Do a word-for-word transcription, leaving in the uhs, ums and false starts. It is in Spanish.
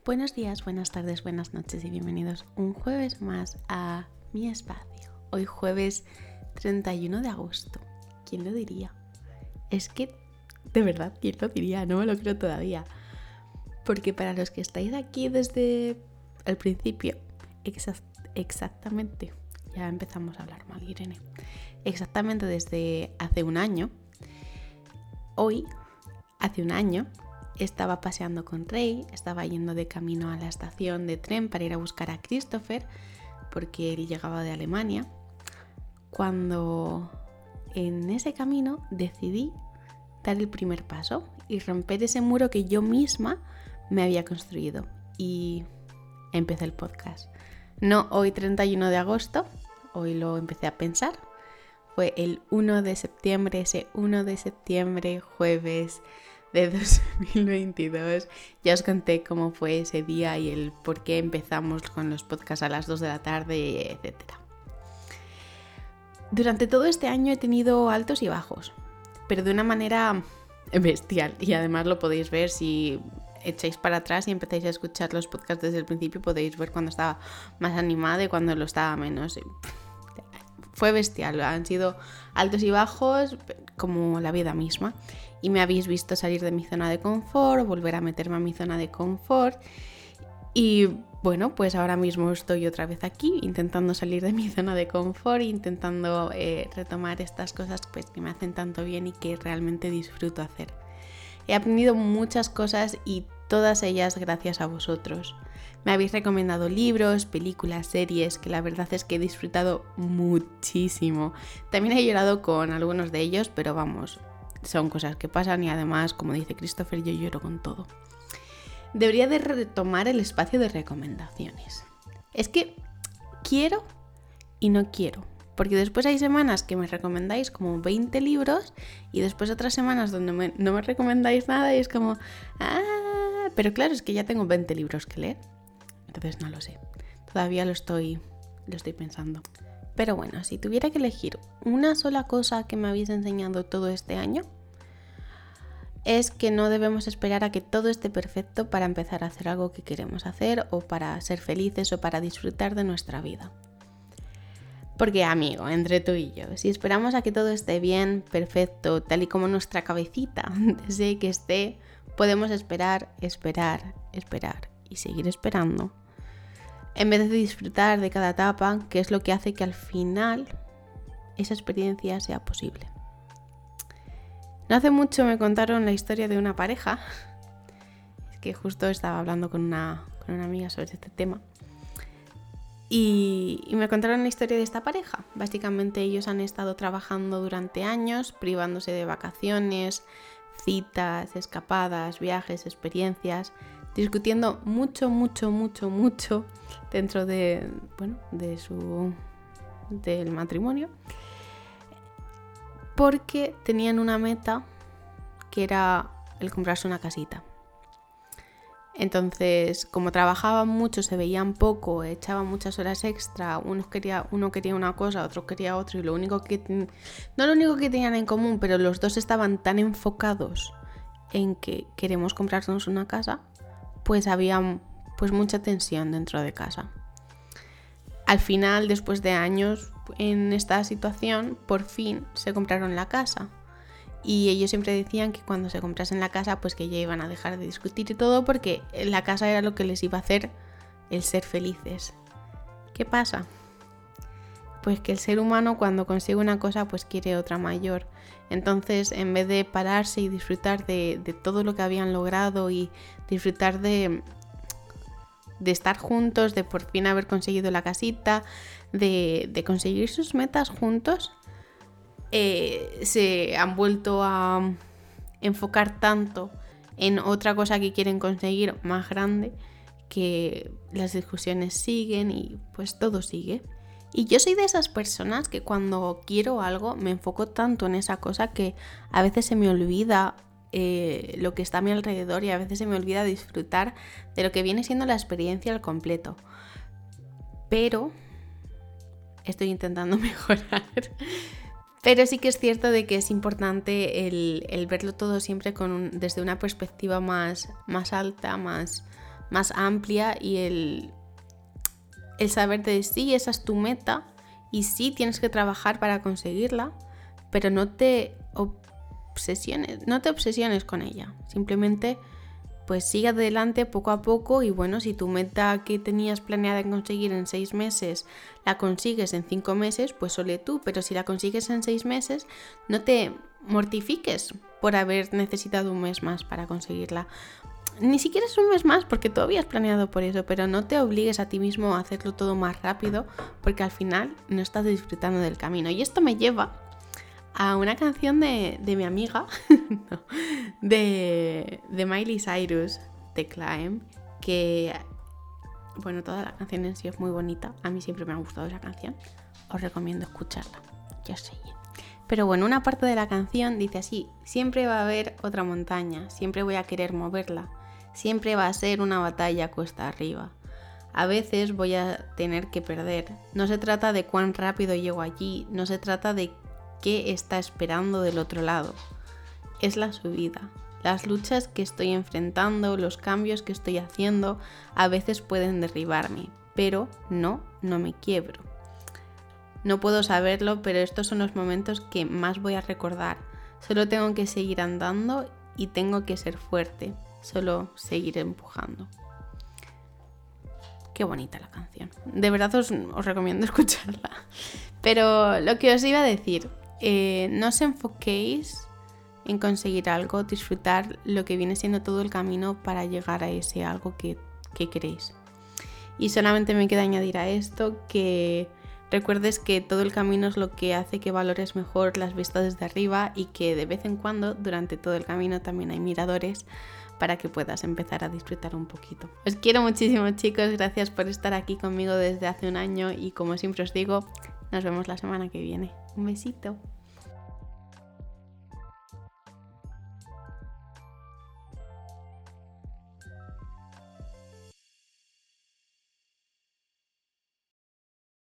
Buenos días, buenas tardes, buenas noches y bienvenidos un jueves más a mi espacio. Hoy jueves treinta y uno de agosto. ¿Quién lo diría? Es que, de verdad, ¿quién lo diría? No me lo creo todavía. Porque para los que estáis aquí desde el principio, exa- exactamente, ya empezamos a hablar mal, Irene, exactamente desde hace un año, hoy, hace un año, estaba paseando con Rey, estaba yendo de camino a la estación de tren para ir a buscar a Christopher, porque él llegaba de Alemania, cuando en ese camino decidí dar el primer paso y romper ese muro que yo misma me había construido. Y empecé el podcast. No hoy treinta y uno de agosto, hoy lo empecé a pensar. Fue el uno de septiembre, ese uno de septiembre, jueves de dos mil veintidós. Ya os conté cómo fue ese día y el por qué empezamos con los podcasts a las dos de la tarde, etcétera. Durante todo este año he tenido altos y bajos, pero de una manera bestial. Y además lo podéis ver si echáis para atrás y empezáis a escuchar los podcasts desde el principio, podéis ver cuando estaba más animada y cuando lo estaba menos. Fue bestial, han sido altos y bajos como la vida misma. Y me habéis visto salir de mi zona de confort, volver a meterme a mi zona de confort. Y bueno, pues ahora mismo estoy otra vez aquí, intentando salir de mi zona de confort, intentando eh, retomar estas cosas pues, que me hacen tanto bien y que realmente disfruto hacer. He aprendido muchas cosas y todas ellas gracias a vosotros. Me habéis recomendado libros, películas, series, que la verdad es que he disfrutado muchísimo. También he llorado con algunos de ellos, pero vamos, son cosas que pasan y además, como dice Christopher, yo lloro con todo. Debería de retomar el espacio de recomendaciones. Es que quiero y no quiero. Porque después hay semanas que me recomendáis como veinte libros y después otras semanas donde me, no me recomendáis nada y es como... Ah, pero claro, es que ya tengo veinte libros que leer. Entonces no lo sé. Todavía lo estoy, lo estoy pensando. Pero bueno, si tuviera que elegir una sola cosa que me habéis enseñado todo este año, es que no debemos esperar a que todo esté perfecto para empezar a hacer algo que queremos hacer o para ser felices o para disfrutar de nuestra vida. Porque, amigo, entre tú y yo, si esperamos a que todo esté bien, perfecto, tal y como nuestra cabecita desee que esté, podemos esperar, esperar, esperar y seguir esperando, en vez de disfrutar de cada etapa, que es lo que hace que al final esa experiencia sea posible. No hace mucho me contaron la historia de una pareja, es que justo estaba hablando con una, con una amiga sobre este tema, y, y me contaron la historia de esta pareja. Básicamente ellos han estado trabajando durante años, privándose de vacaciones, citas, escapadas, viajes, experiencias, discutiendo mucho, mucho, mucho, mucho dentro de, bueno, de su, del matrimonio, porque tenían una meta que era el comprarse una casita. Entonces, como trabajaban mucho, se veían poco, echaban muchas horas extra, uno quería, uno quería una cosa, otro quería otro, y lo único que, no lo único que tenían en común, pero los dos estaban tan enfocados en que queremos comprarnos una casa, pues había pues mucha tensión dentro de casa. Al final, después de años en esta situación, por fin se compraron la casa. Y ellos siempre decían que cuando se comprasen la casa, pues que ya iban a dejar de discutir y todo, porque la casa era lo que les iba a hacer el ser felices. ¿Qué pasa? Pues que el ser humano cuando consigue una cosa, pues quiere otra mayor. Entonces, en vez de pararse y disfrutar de, de todo lo que habían logrado y disfrutar de, de estar juntos, de por fin haber conseguido la casita, de, de conseguir sus metas juntos, Eh, se han vuelto a enfocar tanto en otra cosa que quieren conseguir más grande que las discusiones siguen y pues todo sigue. Y yo soy de esas personas que cuando quiero algo me enfoco tanto en esa cosa que a veces se me olvida eh, lo que está a mi alrededor y a veces se me olvida disfrutar de lo que viene siendo la experiencia al completo. Pero estoy intentando mejorar. Pero sí que es cierto de que es importante el, el verlo todo siempre con un, desde una perspectiva más, más alta, más, más amplia y el, el saber de sí, esa es tu meta y sí tienes que trabajar para conseguirla, pero no te obsesiones, no te obsesiones con ella. Simplemente pues sigue adelante poco a poco y bueno, si tu meta que tenías planeada conseguir en seis meses la consigues en cinco meses, pues ole tú, pero si la consigues en seis meses, no te mortifiques por haber necesitado un mes más para conseguirla. Ni siquiera es un mes más porque tú habías planeado por eso, pero no te obligues a ti mismo a hacerlo todo más rápido porque al final no estás disfrutando del camino. Y esto me lleva a una canción de, de mi amiga, no, de, de Miley Cyrus, The Climb, que, bueno, toda la canción en sí es muy bonita. A mí siempre me ha gustado esa canción. Os recomiendo escucharla, yo sé. Pero bueno, una parte de la canción dice así: siempre va a haber otra montaña, siempre voy a querer moverla, siempre va a ser una batalla cuesta arriba. A veces voy a tener que perder. No se trata de cuán rápido llego allí, no se trata de qué está esperando del otro lado. Es la subida. Las luchas que estoy enfrentando, los cambios que estoy haciendo, a veces pueden derribarme, pero no, no me quiebro. No puedo saberlo, pero estos son los momentos que más voy a recordar. Solo tengo que seguir andando y tengo que ser fuerte. Solo seguir empujando. Qué bonita la canción. De verdad os, os recomiendo escucharla. Pero lo que os iba a decir, eh, no os enfoquéis en conseguir algo, disfrutar lo que viene siendo todo el camino para llegar a ese algo que, que queréis. Y solamente me queda añadir a esto que recuerdes que todo el camino es lo que hace que valores mejor las vistas desde arriba y que de vez en cuando durante todo el camino también hay miradores para que puedas empezar a disfrutar un poquito. Os quiero muchísimo, chicos, gracias por estar aquí conmigo desde hace un año y como siempre os digo, nos vemos la semana que viene. Un besito.